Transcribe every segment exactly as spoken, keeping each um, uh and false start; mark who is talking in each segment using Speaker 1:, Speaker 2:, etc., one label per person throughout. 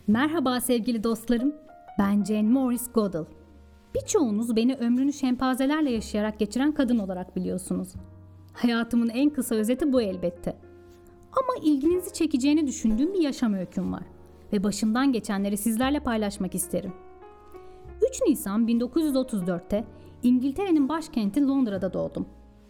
Speaker 1: Merhaba sevgili dostlarım, ben Jane Morris Goodall. Birçoğunuz beni ömrünü şempanzelerle yaşayarak geçiren kadın olarak biliyorsunuz. Hayatımın en kısa özeti bu elbette. Ama ilginizi çekeceğini düşündüğüm bir yaşam öyküm var ve başımdan geçenleri sizlerle paylaşmak isterim. üç Nisan bin dokuz yüz otuz dörtte İngiltere'nin başkenti Londra'da doğdum.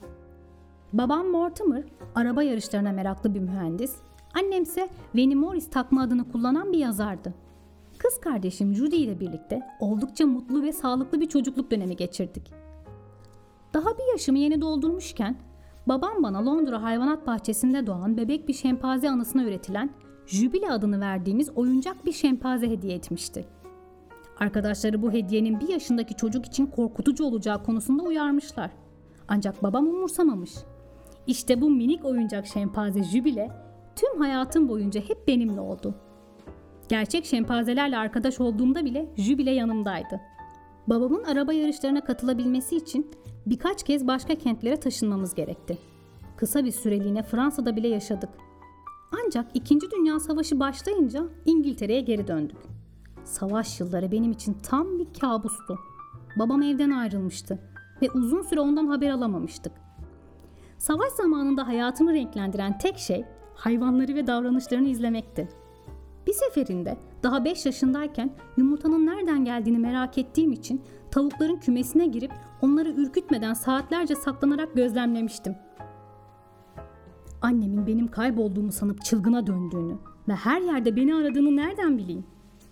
Speaker 1: Babam Mortimer, araba yarışlarına meraklı bir mühendis, annemse Winnie Morris takma adını kullanan bir yazardı. Kız kardeşim Judy ile birlikte oldukça mutlu ve sağlıklı bir çocukluk dönemi geçirdik. Daha bir yaşımı yeni doldurmuşken babam bana Londra Hayvanat Bahçesi'nde doğan bebek bir şempanze anısına üretilen Jubile adını verdiğimiz oyuncak bir şempanze hediye etmişti. Arkadaşları bu hediyenin bir yaşındaki çocuk için korkutucu olacağı konusunda uyarmışlar. Ancak babam umursamamış. İşte bu minik oyuncak şempanze Jubile tüm hayatım boyunca hep benimle oldu. Gerçek şempanzelerle arkadaş olduğumda bile Jubile yanımdaydı. Babamın araba yarışlarına katılabilmesi için birkaç kez başka kentlere taşınmamız gerekti. Kısa bir süreliğine Fransa'da bile yaşadık. Ancak İkinci Dünya Savaşı başlayınca İngiltere'ye geri döndük. Savaş yılları benim için tam bir kabustu. Babam evden ayrılmıştı ve uzun süre ondan haber alamamıştık. Savaş zamanında hayatımı renklendiren tek şey hayvanları ve davranışlarını izlemekti. Bir seferinde daha beş yaşındayken yumurtanın nereden geldiğini merak ettiğim için tavukların kümesine girip onları ürkütmeden saatlerce saklanarak gözlemlemiştim. Annemin benim kaybolduğumu sanıp çılgına döndüğünü ve her yerde beni aradığını nereden bileyim?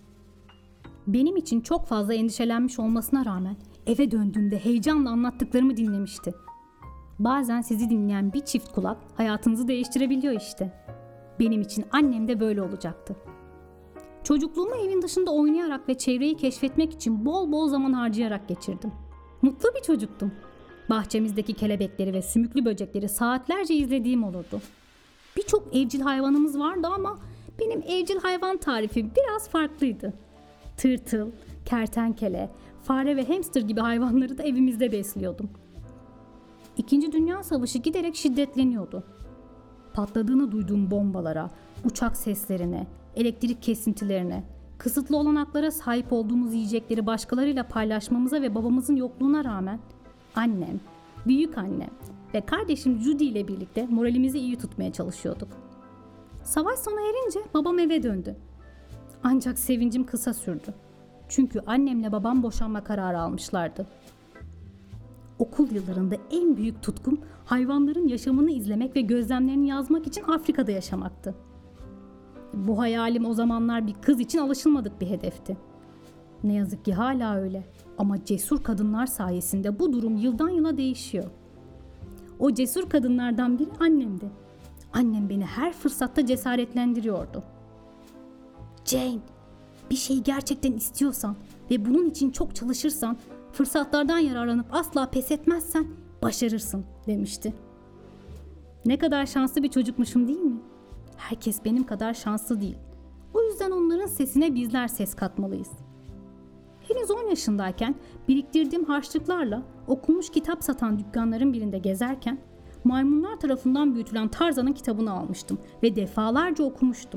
Speaker 1: Benim için çok fazla endişelenmiş olmasına rağmen eve döndüğümde heyecanla anlattıklarımı dinlemişti. Bazen sizi dinleyen bir çift kulak hayatınızı değiştirebiliyor işte. Benim için annem de böyle olacaktı. Çocukluğumu evin dışında oynayarak ve çevreyi keşfetmek için bol bol zaman harcayarak geçirdim. Mutlu bir çocuktum. Bahçemizdeki kelebekleri ve sümüklü böcekleri saatlerce izlediğim olurdu. Birçok evcil hayvanımız vardı ama benim evcil hayvan tarifim biraz farklıydı. Tırtıl, kertenkele, fare ve hamster gibi hayvanları da evimizde besliyordum. İkinci Dünya Savaşı giderek şiddetleniyordu. Patladığını duyduğum bombalara, uçak seslerine, elektrik kesintilerine, kısıtlı olanaklara sahip olduğumuz yiyecekleri başkalarıyla paylaşmamıza ve babamızın yokluğuna rağmen annem, büyük annem ve kardeşim Judy ile birlikte moralimizi iyi tutmaya çalışıyorduk. Savaş sona erince babam eve döndü. Ancak sevincim kısa sürdü. Çünkü annemle babam boşanma kararı almışlardı. Okul yıllarında en büyük tutkum hayvanların yaşamını izlemek ve gözlemlerini yazmak için Afrika'da yaşamaktı. Bu hayalim o zamanlar bir kız için alışılmadık bir hedefti. Ne yazık ki hala öyle ama cesur kadınlar sayesinde bu durum yıldan yıla değişiyor. O cesur kadınlardan biri annemdi. Annem beni her fırsatta cesaretlendiriyordu. Jane, bir şeyi gerçekten istiyorsan ve bunun için çok çalışırsan, fırsatlardan yararlanıp asla pes etmezsen başarırsın demişti. Ne kadar şanslı bir çocukmuşum değil mi? Herkes benim kadar şanslı değil. O yüzden onların sesine bizler ses katmalıyız. Henüz on yaşındayken biriktirdiğim harçlıklarla okunmuş kitap satan dükkanların birinde gezerken maymunlar tarafından büyütülen Tarzan'ın kitabını almıştım ve defalarca okumuştum.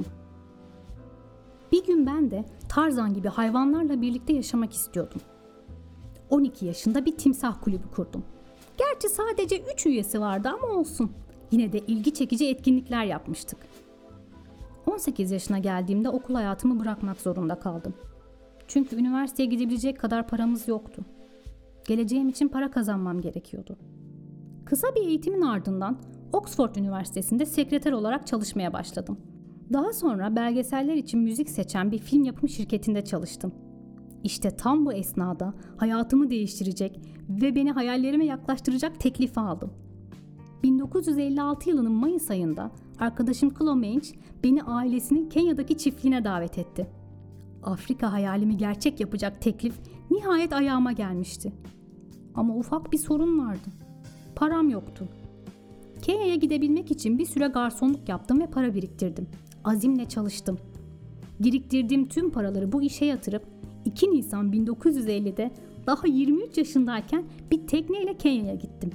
Speaker 1: Bir gün ben de Tarzan gibi hayvanlarla birlikte yaşamak istiyordum. on iki yaşında bir timsah kulübü kurdum. Gerçi sadece üç üyesi vardı ama olsun. Yine de ilgi çekici etkinlikler yapmıştık. on sekiz yaşına geldiğimde okul hayatımı bırakmak zorunda kaldım. Çünkü üniversiteye gidebilecek kadar paramız yoktu. Geleceğim için para kazanmam gerekiyordu. Kısa bir eğitimin ardından Oxford Üniversitesi'nde sekreter olarak çalışmaya başladım. Daha sonra belgeseller için müzik seçen bir film yapım şirketinde çalıştım. İşte tam bu esnada hayatımı değiştirecek ve beni hayallerime yaklaştıracak teklifi aldım. bin dokuz yüz elli altı yılının Mayıs ayında arkadaşım Chloe Mange beni ailesinin Kenya'daki çiftliğine davet etti. Afrika hayalimi gerçek yapacak teklif nihayet ayağıma gelmişti. Ama ufak bir sorun vardı. Param yoktu. Kenya'ya gidebilmek için bir süre garsonluk yaptım ve para biriktirdim. Azimle çalıştım. Biriktirdiğim tüm paraları bu işe yatırıp iki Nisan bin dokuz yüz ellide daha yirmi üç yaşındayken bir tekneyle Kenya'ya gittim.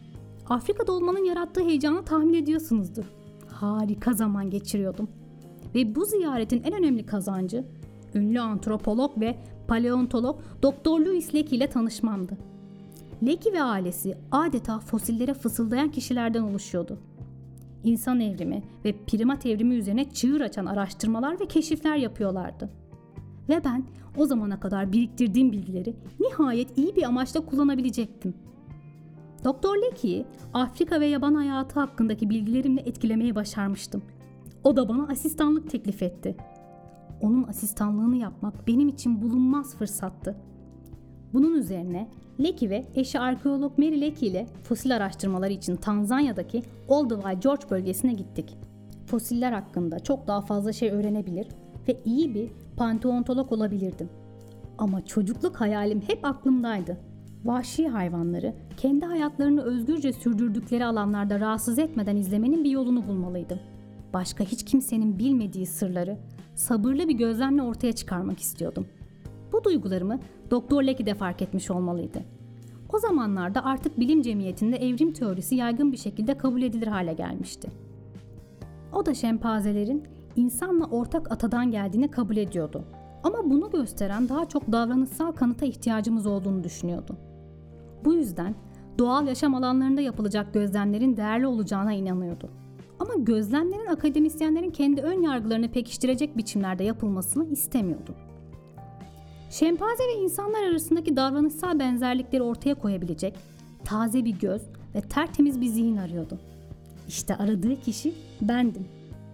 Speaker 1: Afrika'da olmanın yarattığı heyecanı tahmin ediyorsunuzdur. Harika zaman geçiriyordum. ve bu ziyaretin en önemli kazancı ünlü antropolog ve paleontolog doktor Louis Leakey ile tanışmamdı. Leakey ve ailesi adeta fosillere fısıldayan kişilerden oluşuyordu. İnsan evrimi ve primat evrimi üzerine çığır açan araştırmalar ve keşifler yapıyorlardı. Ve ben o zamana kadar biriktirdiğim bilgileri nihayet iyi bir amaçla kullanabilecektim. doktor Leakey'i Afrika ve yaban hayatı hakkındaki bilgilerimle etkilemeyi başarmıştım. O da bana asistanlık teklif etti. Onun asistanlığını yapmak benim için bulunmaz fırsattı. Bunun üzerine Leakey ve eşi arkeolog Mary Leakey ile fosil araştırmaları için Tanzanya'daki Olduvai Gorge bölgesine gittik. Fosiller hakkında çok daha fazla şey öğrenebilir ve iyi bir paleontolog olabilirdim. Ama çocukluk hayalim hep aklımdaydı. Vahşi hayvanları kendi hayatlarını özgürce sürdürdükleri alanlarda rahatsız etmeden izlemenin bir yolunu bulmalıydım. Başka hiç kimsenin bilmediği sırları sabırlı bir gözlemle ortaya çıkarmak istiyordum. Bu duygularımı doktor Leakey de fark etmiş olmalıydı. O zamanlarda artık bilim cemiyetinde evrim teorisi yaygın bir şekilde kabul edilir hale gelmişti. O da şempanzelerin insanla ortak atadan geldiğini kabul ediyordu. Ama bunu gösteren daha çok davranışsal kanıta ihtiyacımız olduğunu düşünüyordu. Bu yüzden doğal yaşam alanlarında yapılacak gözlemlerin değerli olacağına inanıyordu. Ama gözlemlerin akademisyenlerin kendi ön yargılarını pekiştirecek biçimlerde yapılmasını istemiyordu. Şempanze ve insanlar arasındaki davranışsal benzerlikleri ortaya koyabilecek taze bir göz ve tertemiz bir zihin arıyordu. İşte aradığı kişi bendim.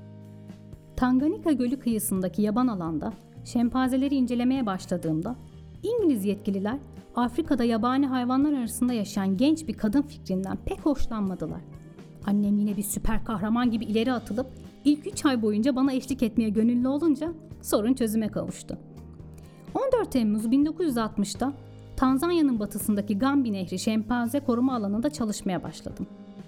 Speaker 1: Tanganyika Gölü kıyısındaki yaban alanda şempanzeleri incelemeye başladığımda İngiliz yetkililer Afrika'da yabani hayvanlar arasında yaşayan genç bir kadın fikrinden pek hoşlanmadılar. Annem yine bir süper kahraman gibi ileri atılıp ilk üç ay boyunca bana eşlik etmeye gönüllü olunca sorun çözüme kavuştu. on dört Temmuz bin dokuz yüz altmışta Tanzanya'nın batısındaki Gambi Nehri şempanze koruma alanında çalışmaya başladım.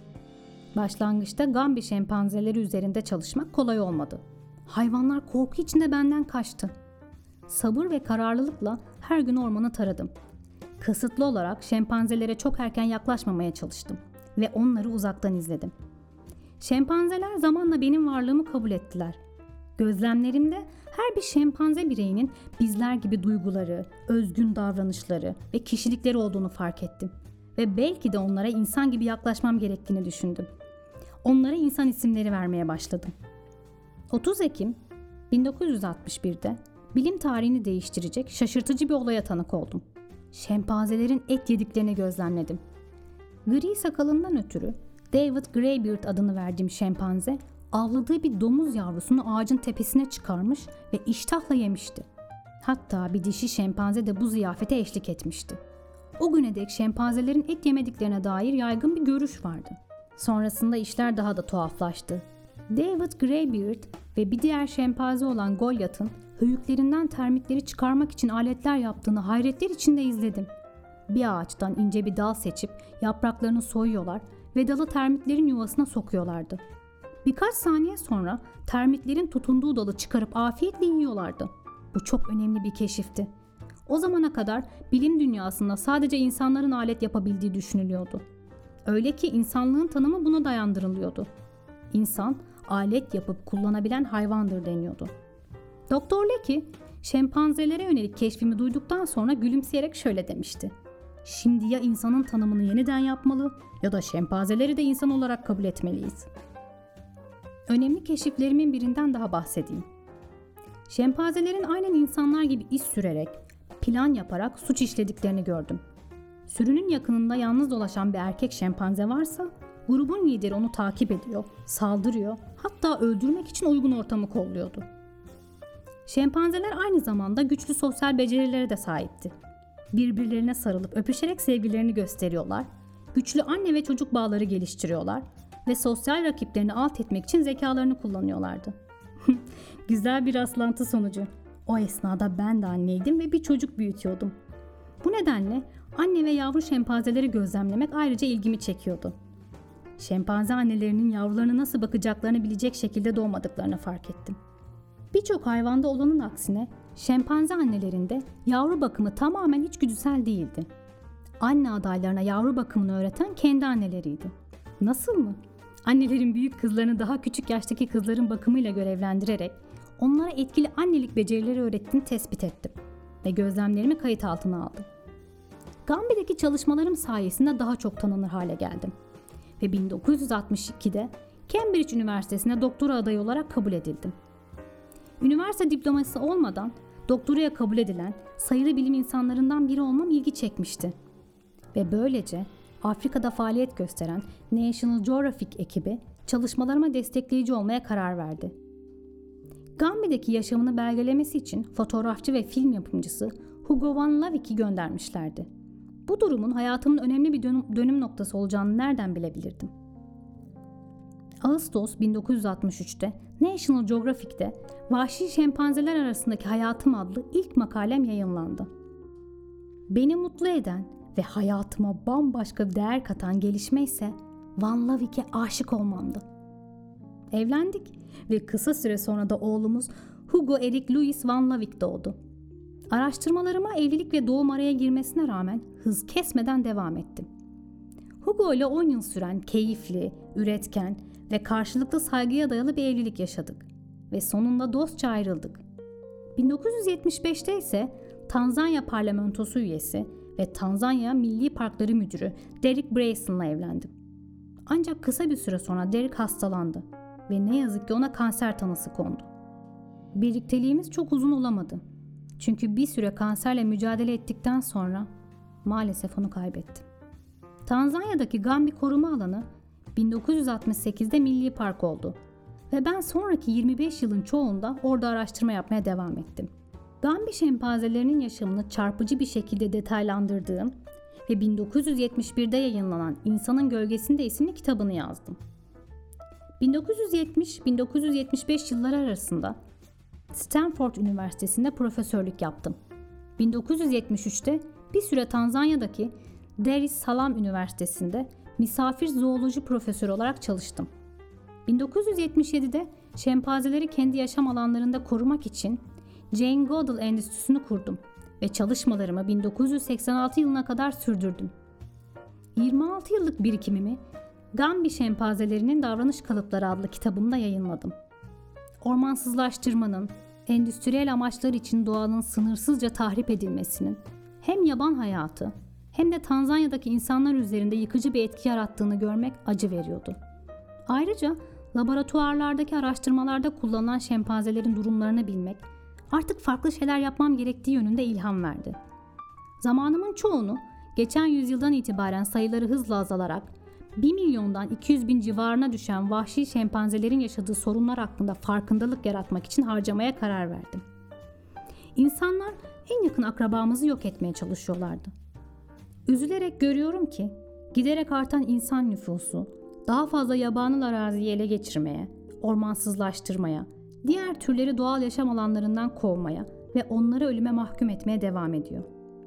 Speaker 1: Başlangıçta Gambi şempanzeleri üzerinde çalışmak kolay olmadı. Hayvanlar korku içinde benden kaçtı. Sabır ve kararlılıkla her gün ormanı taradım. Kasıtlı olarak şempanzelere çok erken yaklaşmamaya çalıştım ve onları uzaktan izledim. Şempanzeler zamanla benim varlığımı kabul ettiler. Gözlemlerimde her bir şempanze bireyinin bizler gibi duyguları, özgün davranışları ve kişilikleri olduğunu fark ettim. Ve belki de onlara insan gibi yaklaşmam gerektiğini düşündüm. Onlara insan isimleri vermeye başladım. otuz Ekim bin dokuz yüz altmış birde bilim tarihini değiştirecek şaşırtıcı bir olaya tanık oldum. Şempanzelerin et yediklerini gözlemledim. Gri sakalından ötürü David Greybeard adını verdiğim şempanze avladığı bir domuz yavrusunu ağacın tepesine çıkarmış ve iştahla yemişti. Hatta bir dişi şempanze de bu ziyafete eşlik etmişti. O güne dek şempanzelerin et yemediklerine dair yaygın bir görüş vardı. Sonrasında işler daha da tuhaflaştı. David Greybeard ve bir diğer şempanze olan Goliath'ın höyüklerinden termitleri çıkarmak için aletler yaptığını hayretler içinde izledim. Bir ağaçtan ince bir dal seçip yapraklarını soyuyorlar ve dalı termitlerin yuvasına sokuyorlardı. Birkaç saniye sonra termitlerin tutunduğu dalı çıkarıp afiyetle yiyorlardı. Bu çok önemli bir keşifti. O zamana kadar bilim dünyasında sadece insanların alet yapabildiği düşünülüyordu. Öyle ki insanlığın tanımı buna dayandırılıyordu. İnsan, alet yapıp kullanabilen hayvandır deniyordu. doktor Leakey, şempanzelere yönelik keşfimi duyduktan sonra gülümseyerek şöyle demişti. Şimdi ya insanın tanımını yeniden yapmalı ya da şempanzeleri de insan olarak kabul etmeliyiz. Önemli keşiflerimin birinden daha bahsedeyim. Şempanzelerin aynen insanlar gibi iz sürerek, plan yaparak suç işlediklerini gördüm. Sürünün yakınında yalnız dolaşan bir erkek şempanze varsa, grubun lideri onu takip ediyor, saldırıyor, hatta öldürmek için uygun ortamı kolluyordu. Şempanzeler aynı zamanda güçlü sosyal becerilere de sahipti. Birbirlerine sarılıp öpüşerek sevgilerini gösteriyorlar, güçlü anne ve çocuk bağları geliştiriyorlar ve sosyal rakiplerini alt etmek için zekalarını kullanıyorlardı. Güzel bir rastlantı sonucu. O esnada ben de anneydim ve bir çocuk büyütüyordum. Bu nedenle anne ve yavru şempanzeleri gözlemlemek ayrıca ilgimi çekiyordu. Şempanze annelerinin yavrularına nasıl bakacaklarını bilecek şekilde doğmadıklarını fark ettim. Birçok hayvanda olanın aksine şempanze annelerinde yavru bakımı tamamen içgüdüsel değildi. Anne adaylarına yavru bakımını öğreten kendi anneleriydi. Nasıl mı? Annelerin büyük kızlarını daha küçük yaştaki kızların bakımıyla görevlendirerek onlara etkili annelik becerileri öğrettiğini tespit ettim ve gözlemlerimi kayıt altına aldım. Gambi'deki çalışmalarım sayesinde daha çok tanınır hale geldim ve bin dokuz yüz altmış ikide Cambridge Üniversitesi'ne doktora adayı olarak kabul edildim. Üniversite diploması olmadan doktoraya kabul edilen sayılı bilim insanlarından biri olmam ilgi çekmişti. Ve böylece Afrika'da faaliyet gösteren National Geographic ekibi çalışmalarıma destekleyici olmaya karar verdi. Gambi'deki yaşamını belgelemesi için fotoğrafçı ve film yapımcısı Hugo van Lawick'i göndermişlerdi. Bu durumun hayatımın önemli bir dönüm, dönüm noktası olacağını nereden bilebilirdim? Ağustos bin dokuz yüz altmış üçte National Geographic'te Vahşi Şempanzeler Arasındaki Hayatım adlı ilk makalem yayınlandı. Beni mutlu eden ve hayatıma bambaşka bir değer katan gelişme ise Van Lawick'e aşık olmamdı. Evlendik ve kısa süre sonra da oğlumuz Hugo Eric Louis Van Lawick doğdu. Araştırmalarıma evlilik ve doğum araya girmesine rağmen hız kesmeden devam ettim. Hugo ile on yıl süren keyifli, üretken ve karşılıklı saygıya dayalı bir evlilik yaşadık ve sonunda dostça ayrıldık. bin dokuz yüz yetmiş beşte ise Tanzanya Parlamentosu üyesi ve Tanzanya Milli Parkları Müdürü Derek Brayson'la evlendim. Ancak kısa bir süre sonra Derek hastalandı ve ne yazık ki ona kanser tanısı kondu. Birlikteliğimiz çok uzun olamadı. Çünkü bir süre kanserle mücadele ettikten sonra maalesef onu kaybettim. Tanzanya'daki Gambi Koruma Alanı bin dokuz yüz altmış sekizde Milli Park oldu ve ben sonraki yirmi beş yılın çoğunda orada araştırma yapmaya devam ettim. Gambi şempanzelerinin yaşamını çarpıcı bir şekilde detaylandırdığım ve bin dokuz yüz yetmiş birde yayınlanan İnsanın Gölgesinde isimli kitabını yazdım. bin dokuz yüz yetmiş - bin dokuz yüz yetmiş beş yılları arasında Stanford Üniversitesi'nde profesörlük yaptım. bin dokuz yüz yetmiş üçte bir süre Tanzanya'daki Dar es Salaam Üniversitesi'nde misafir zooloji profesörü olarak çalıştım. bin dokuz yüz yetmiş yedide şempanzeleri kendi yaşam alanlarında korumak için Jane Goodall Endüstrisi'ni kurdum ve çalışmalarımı bin dokuz yüz seksen altı yılına kadar sürdürdüm. yirmi altı yıllık birikimimi Gambi Şempanzelerinin Davranış Kalıpları adlı kitabımda yayınladım. Ormansızlaştırmanın, endüstriyel amaçlar için doğanın sınırsızca tahrip edilmesinin hem yaban hayatı hem de Tanzanya'daki insanlar üzerinde yıkıcı bir etki yarattığını görmek acı veriyordu. Ayrıca laboratuvarlardaki araştırmalarda kullanılan şempanzelerin durumlarını bilmek artık farklı şeyler yapmam gerektiği yönünde ilham verdi. Zamanımın çoğunu geçen yüzyıldan itibaren sayıları hızla azalarak bir milyondan iki yüz bin civarına düşen vahşi şempanzelerin yaşadığı sorunlar hakkında farkındalık yaratmak için harcamaya karar verdim. İnsanlar en yakın akrabamızı yok etmeye çalışıyorlardı. Üzülerek görüyorum ki giderek artan insan nüfusu daha fazla yabanıl araziyi ele geçirmeye, ormansızlaştırmaya, diğer türleri doğal yaşam alanlarından kovmaya ve onları ölüme mahkum etmeye devam ediyor.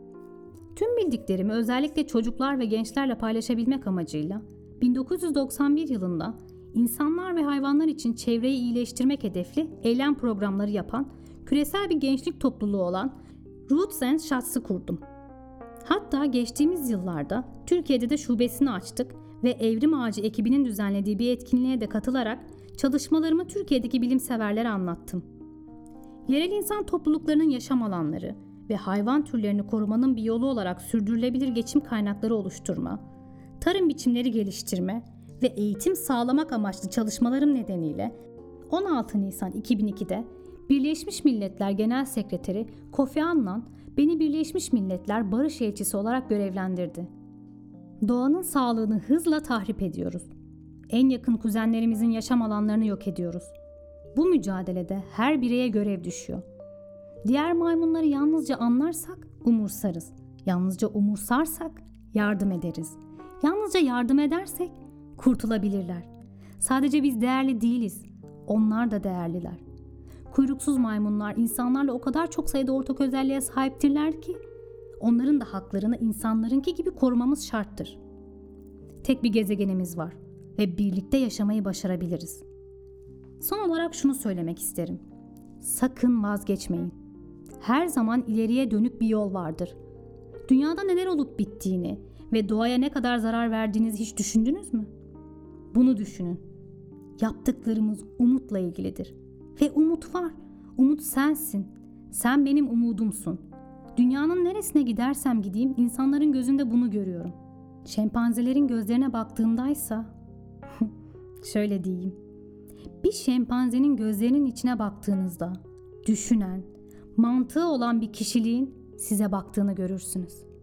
Speaker 1: Tüm bildiklerimi özellikle çocuklar ve gençlerle paylaşabilmek amacıyla bin dokuz yüz doksan bir yılında insanlar ve hayvanlar için çevreyi iyileştirmek hedefli eylem programları yapan küresel bir gençlik topluluğu olan Roots and Shots'ı kurdum. Hatta geçtiğimiz yıllarda Türkiye'de de şubesini açtık ve Evrim Ağacı ekibinin düzenlediği bir etkinliğe de katılarak çalışmalarımı Türkiye'deki bilimseverlere anlattım. Yerel insan topluluklarının yaşam alanları ve hayvan türlerini korumanın bir yolu olarak sürdürülebilir geçim kaynakları oluşturma, tarım biçimleri geliştirme ve eğitim sağlamak amaçlı çalışmalarım nedeniyle on altı Nisan iki bin ikide Birleşmiş Milletler Genel Sekreteri Kofi Annan beni Birleşmiş Milletler Barış Elçisi olarak görevlendirdi. Doğanın sağlığını hızla tahrip ediyoruz. En yakın kuzenlerimizin yaşam alanlarını yok ediyoruz. Bu mücadelede her bireye görev düşüyor. Diğer maymunları yalnızca anlarsak umursarız. Yalnızca umursarsak yardım ederiz. Yalnızca yardım edersek kurtulabilirler. Sadece biz değerli değiliz. Onlar da değerliler. Kuyruksuz maymunlar insanlarla o kadar çok sayıda ortak özelliğe sahiptirler ki onların da haklarını insanlarınki gibi korumamız şarttır. Tek bir gezegenimiz var ve birlikte yaşamayı başarabiliriz. Son olarak şunu söylemek isterim. Sakın vazgeçmeyin. Her zaman ileriye dönük bir yol vardır. Dünyada neler olup bittiğini ve doğaya ne kadar zarar verdiğinizi hiç düşündünüz mü? Bunu düşünün. Yaptıklarımız umutla ilgilidir. Ve umut var. Umut sensin. Sen benim umudumsun. Dünyanın neresine gidersem gideyim insanların gözünde bunu görüyorum. Şempanzelerin gözlerine baktığımdaysa şöyle diyeyim. Bir şempanzenin gözlerinin içine baktığınızda düşünen, mantığı olan bir kişiliğin size baktığını görürsünüz.